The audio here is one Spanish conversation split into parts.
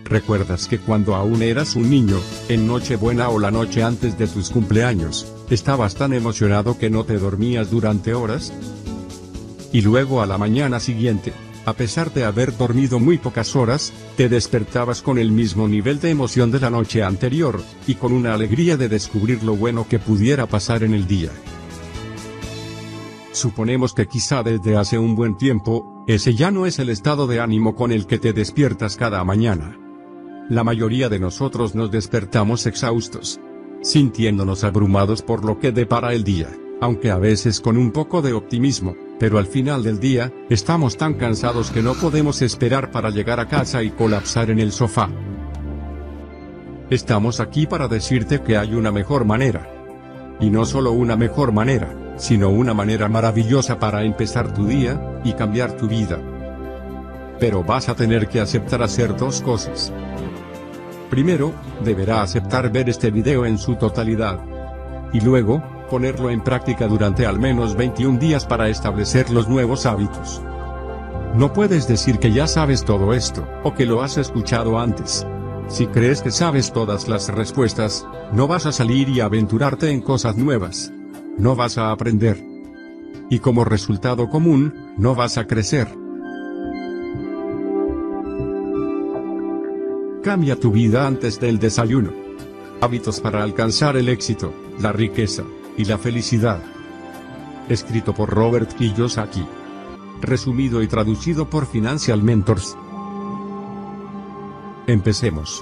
¿Recuerdas que cuando aún eras un niño, en Nochebuena o la noche antes de tus cumpleaños, estabas tan emocionado que no te dormías durante horas? Y luego a la mañana siguiente, a pesar de haber dormido muy pocas horas, te despertabas con el mismo nivel de emoción de la noche anterior, y con una alegría de descubrir lo bueno que pudiera pasar en el día. Suponemos que quizá desde hace un buen tiempo, ese ya no es el estado de ánimo con el que te despiertas cada mañana. La mayoría de nosotros nos despertamos exhaustos, sintiéndonos abrumados por lo que depara el día, aunque a veces con un poco de optimismo, pero al final del día, estamos tan cansados que no podemos esperar para llegar a casa y colapsar en el sofá. Estamos aquí para decirte que hay una mejor manera. Y no solo una mejor manera, sino una manera maravillosa para empezar tu día, y cambiar tu vida. Pero vas a tener que aceptar hacer dos cosas. Primero, deberá aceptar ver este video en su totalidad. Y luego, ponerlo en práctica durante al menos 21 días para establecer los nuevos hábitos. No puedes decir que ya sabes todo esto, o que lo has escuchado antes. Si crees que sabes todas las respuestas, no vas a salir y aventurarte en cosas nuevas. No vas a aprender. Y como resultado común, no vas a crecer. Cambia tu vida antes del desayuno. Hábitos para alcanzar el éxito, la riqueza y la felicidad. Escrito por Robert Kiyosaki. Resumido y traducido por Financial Mentors. Empecemos.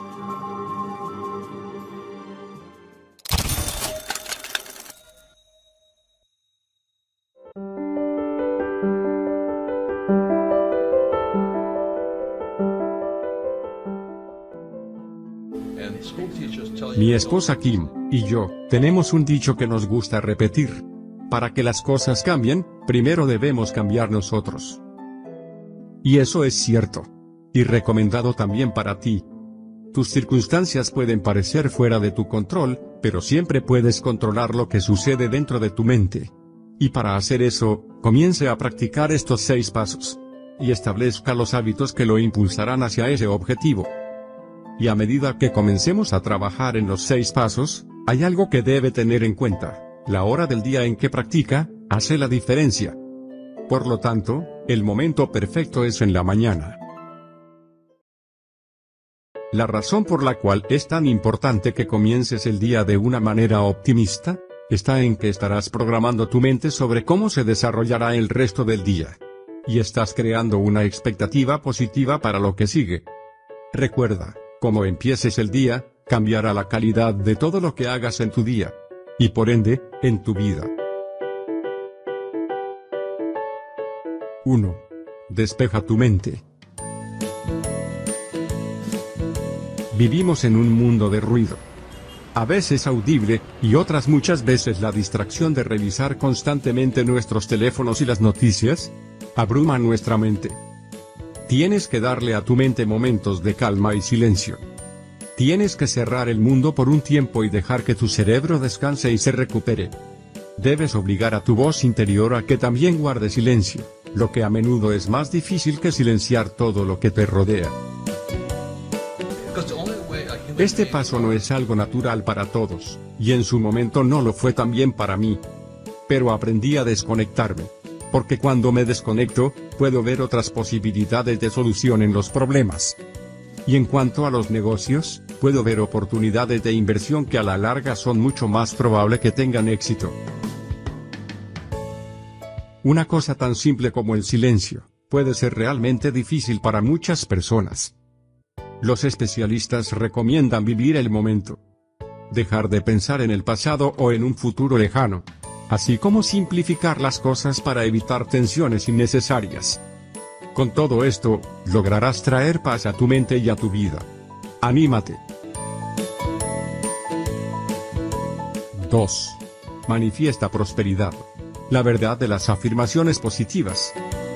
Mi esposa Kim y yo tenemos un dicho que nos gusta repetir. Para que las cosas cambien, primero debemos cambiar nosotros. Y eso es cierto. Y recomendado también para ti. Tus circunstancias pueden parecer fuera de tu control, pero siempre puedes controlar lo que sucede dentro de tu mente. Y para hacer eso, comience a practicar estos 6 pasos. Y establezca los hábitos que lo impulsarán hacia ese objetivo. Y a medida que comencemos a trabajar en los 6 pasos, hay algo que debe tener en cuenta. La hora del día en que practica, hace la diferencia. Por lo tanto, el momento perfecto es en la mañana. La razón por la cual es tan importante que comiences el día de una manera optimista, está en que estarás programando tu mente sobre cómo se desarrollará el resto del día. Y estás creando una expectativa positiva para lo que sigue. Recuerda, como empieces el día, cambiará la calidad de todo lo que hagas en tu día. Y por ende, en tu vida. 1. Despeja tu mente. Vivimos en un mundo de ruido. A veces audible, y otras muchas veces la distracción de revisar constantemente nuestros teléfonos y las noticias, abruma nuestra mente. Tienes que darle a tu mente momentos de calma y silencio. Tienes que cerrar el mundo por un tiempo y dejar que tu cerebro descanse y se recupere. Debes obligar a tu voz interior a que también guarde silencio, lo que a menudo es más difícil que silenciar todo lo que te rodea. Este paso no es algo natural para todos, y en su momento no lo fue también para mí. Pero aprendí a desconectarme. Porque cuando me desconecto, puedo ver otras posibilidades de solución en los problemas. Y en cuanto a los negocios, puedo ver oportunidades de inversión que a la larga son mucho más probable que tengan éxito. Una cosa tan simple como el silencio, puede ser realmente difícil para muchas personas. Los especialistas recomiendan vivir el momento. Dejar de pensar en el pasado o en un futuro lejano. Así como simplificar las cosas para evitar tensiones innecesarias. Con todo esto, lograrás traer paz a tu mente y a tu vida. ¡Anímate! 2. Manifiesta prosperidad. La verdad de las afirmaciones positivas.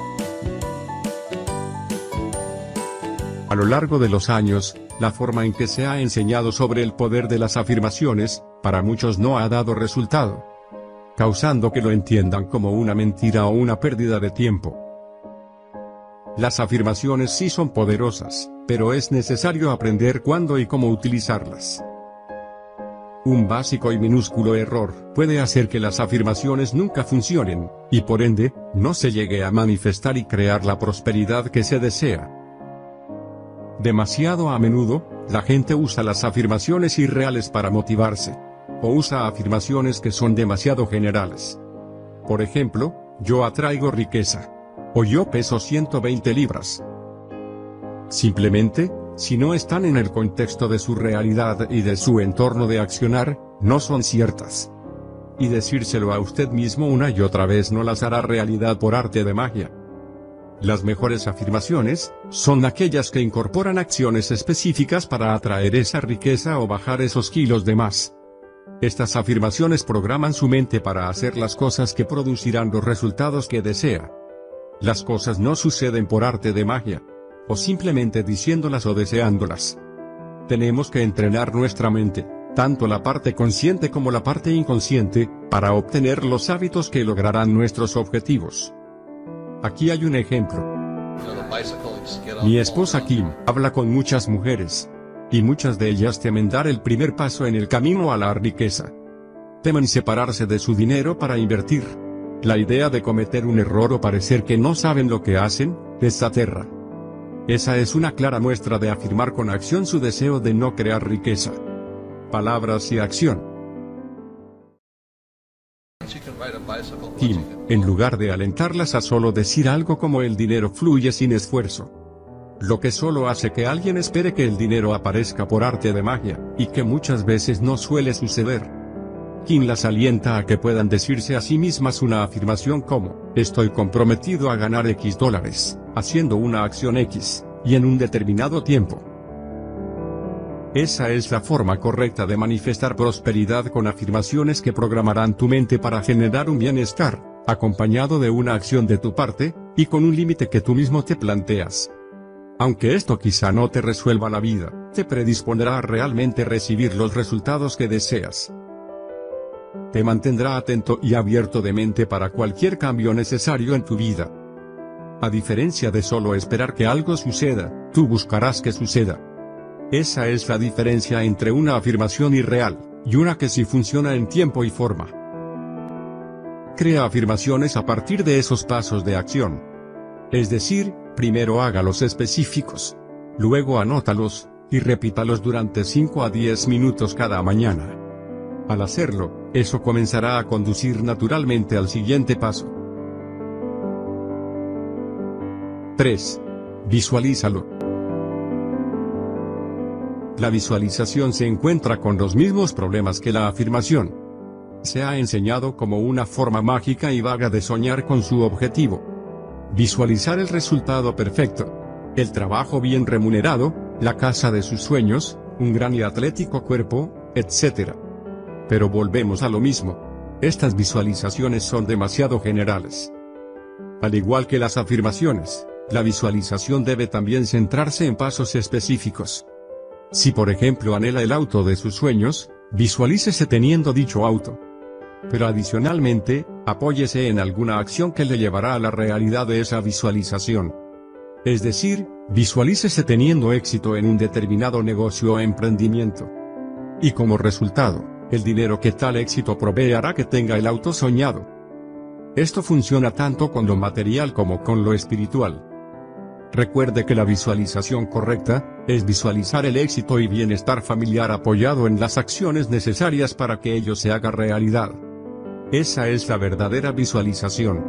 A lo largo de los años, la forma en que se ha enseñado sobre el poder de las afirmaciones, para muchos no ha dado resultado, causando que lo entiendan como una mentira o una pérdida de tiempo. Las afirmaciones sí son poderosas, pero es necesario aprender cuándo y cómo utilizarlas. Un básico y minúsculo error puede hacer que las afirmaciones nunca funcionen, y por ende, no se llegue a manifestar y crear la prosperidad que se desea. Demasiado a menudo, la gente usa las afirmaciones irreales para motivarse. O usa afirmaciones que son demasiado generales. Por ejemplo, yo atraigo riqueza. O yo peso 120 libras. Simplemente, si no están en el contexto de su realidad y de su entorno de accionar, no son ciertas. Y decírselo a usted mismo una y otra vez no las hará realidad por arte de magia. Las mejores afirmaciones son aquellas que incorporan acciones específicas para atraer esa riqueza o bajar esos kilos de más. Estas afirmaciones programan su mente para hacer las cosas que producirán los resultados que desea. Las cosas no suceden por arte de magia, o simplemente diciéndolas o deseándolas. Tenemos que entrenar nuestra mente, tanto la parte consciente como la parte inconsciente, para obtener los hábitos que lograrán nuestros objetivos. Aquí hay un ejemplo. Mi esposa Kim habla con muchas mujeres, y muchas de ellas temen dar el primer paso en el camino a la riqueza. Temen separarse de su dinero para invertir. La idea de cometer un error o parecer que no saben lo que hacen, les aterra. Esa es una clara muestra de afirmar con acción su deseo de no crear riqueza. Palabras y acción. Kim, en lugar de alentarlas a solo decir algo como el dinero fluye sin esfuerzo. Lo que solo hace que alguien espere que el dinero aparezca por arte de magia, y que muchas veces no suele suceder. Kim las alienta a que puedan decirse a sí mismas una afirmación como, estoy comprometido a ganar X dólares, haciendo una acción X, y en un determinado tiempo. Esa es la forma correcta de manifestar prosperidad con afirmaciones que programarán tu mente para generar un bienestar, acompañado de una acción de tu parte, y con un límite que tú mismo te planteas. Aunque esto quizá no te resuelva la vida, te predispondrá a realmente recibir los resultados que deseas. Te mantendrá atento y abierto de mente para cualquier cambio necesario en tu vida. A diferencia de solo esperar que algo suceda, tú buscarás que suceda. Esa es la diferencia entre una afirmación irreal, y una que sí funciona en tiempo y forma. Crea afirmaciones a partir de esos pasos de acción. Es decir, primero hágalos específicos. Luego anótalos, y repítalos durante 5 a 10 minutos cada mañana. Al hacerlo, eso comenzará a conducir naturalmente al siguiente paso. 3. Visualízalo. La visualización se encuentra con los mismos problemas que la afirmación. Se ha enseñado como una forma mágica y vaga de soñar con su objetivo. Visualizar el resultado perfecto. El trabajo bien remunerado, la casa de sus sueños, un gran y atlético cuerpo, etc. Pero volvemos a lo mismo. Estas visualizaciones son demasiado generales. Al igual que las afirmaciones, la visualización debe también centrarse en pasos específicos. Si por ejemplo anhela el auto de sus sueños, visualícese teniendo dicho auto. Pero adicionalmente, apóyese en alguna acción que le llevará a la realidad de esa visualización. Es decir, visualícese teniendo éxito en un determinado negocio o emprendimiento. Y como resultado, el dinero que tal éxito provee hará que tenga el auto soñado. Esto funciona tanto con lo material como con lo espiritual. Recuerde que la visualización correcta es visualizar el éxito y bienestar familiar apoyado en las acciones necesarias para que ello se haga realidad. Esa es la verdadera visualización.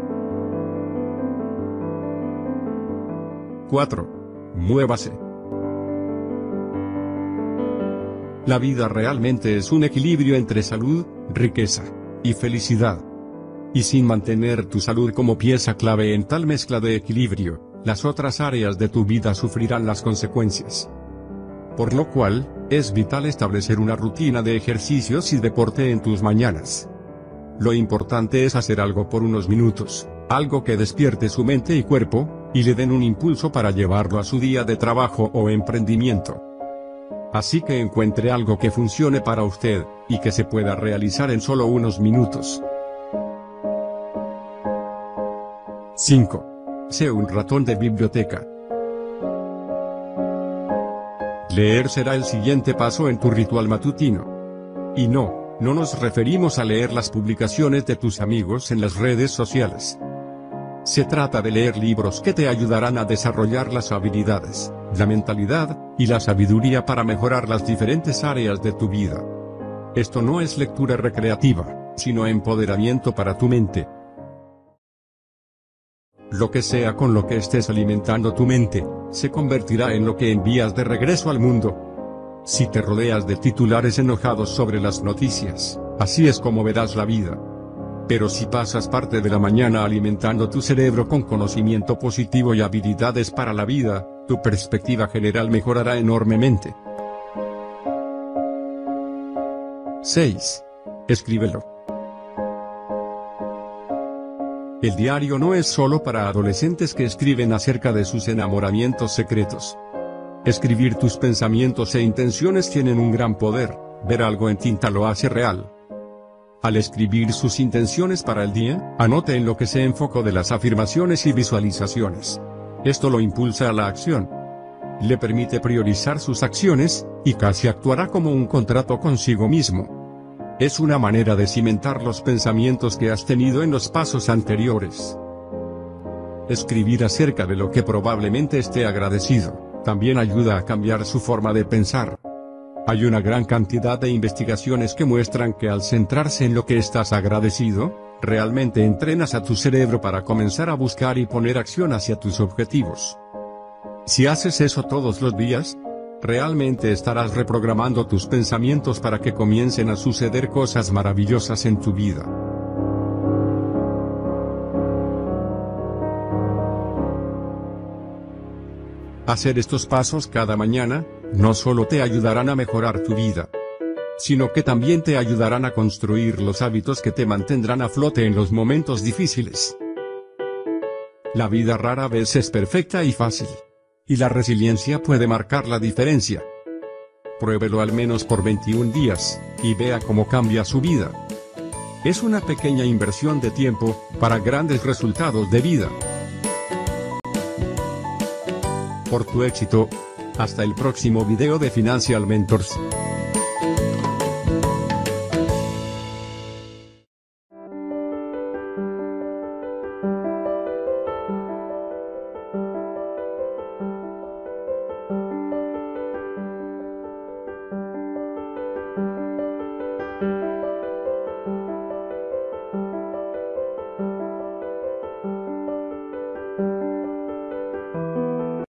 4. Muévase. La vida realmente es un equilibrio entre salud, riqueza y felicidad. Y sin mantener tu salud como pieza clave en tal mezcla de equilibrio, las otras áreas de tu vida sufrirán las consecuencias. Por lo cual, es vital establecer una rutina de ejercicios y deporte en tus mañanas. Lo importante es hacer algo por unos minutos, algo que despierte su mente y cuerpo, y le den un impulso para llevarlo a su día de trabajo o emprendimiento. Así que encuentre algo que funcione para usted, y que se pueda realizar en solo unos minutos. 5. Sé un ratón de biblioteca. Leer será el siguiente paso en tu ritual matutino. Y no nos referimos a leer las publicaciones de tus amigos en las redes sociales. Se trata de leer libros que te ayudarán a desarrollar las habilidades, la mentalidad, y la sabiduría para mejorar las diferentes áreas de tu vida. Esto no es lectura recreativa, sino empoderamiento para tu mente. Lo que sea con lo que estés alimentando tu mente, se convertirá en lo que envías de regreso al mundo. Si te rodeas de titulares enojados sobre las noticias, así es como verás la vida. Pero si pasas parte de la mañana alimentando tu cerebro con conocimiento positivo y habilidades para la vida, tu perspectiva general mejorará enormemente. 6. Escríbelo. El diario no es solo para adolescentes que escriben acerca de sus enamoramientos secretos. Escribir tus pensamientos e intenciones tienen un gran poder, ver algo en tinta lo hace real. Al escribir sus intenciones para el día, anote en lo que se enfocó de las afirmaciones y visualizaciones. Esto lo impulsa a la acción. Le permite priorizar sus acciones, y casi actuará como un contrato consigo mismo. Es una manera de cimentar los pensamientos que has tenido en los pasos anteriores. Escribir acerca de lo que probablemente esté agradecido, también ayuda a cambiar su forma de pensar. Hay una gran cantidad de investigaciones que muestran que al centrarse en lo que estás agradecido, realmente entrenas a tu cerebro para comenzar a buscar y poner acción hacia tus objetivos. Si haces eso todos los días, realmente estarás reprogramando tus pensamientos para que comiencen a suceder cosas maravillosas en tu vida. Hacer estos pasos cada mañana, no solo te ayudarán a mejorar tu vida, sino que también te ayudarán a construir los hábitos que te mantendrán a flote en los momentos difíciles. La vida rara vez es perfecta y fácil. Y la resiliencia puede marcar la diferencia. Pruébelo al menos por 21 días, y vea cómo cambia su vida. Es una pequeña inversión de tiempo, para grandes resultados de vida. Por tu éxito. Hasta el próximo video de Financial Mentors.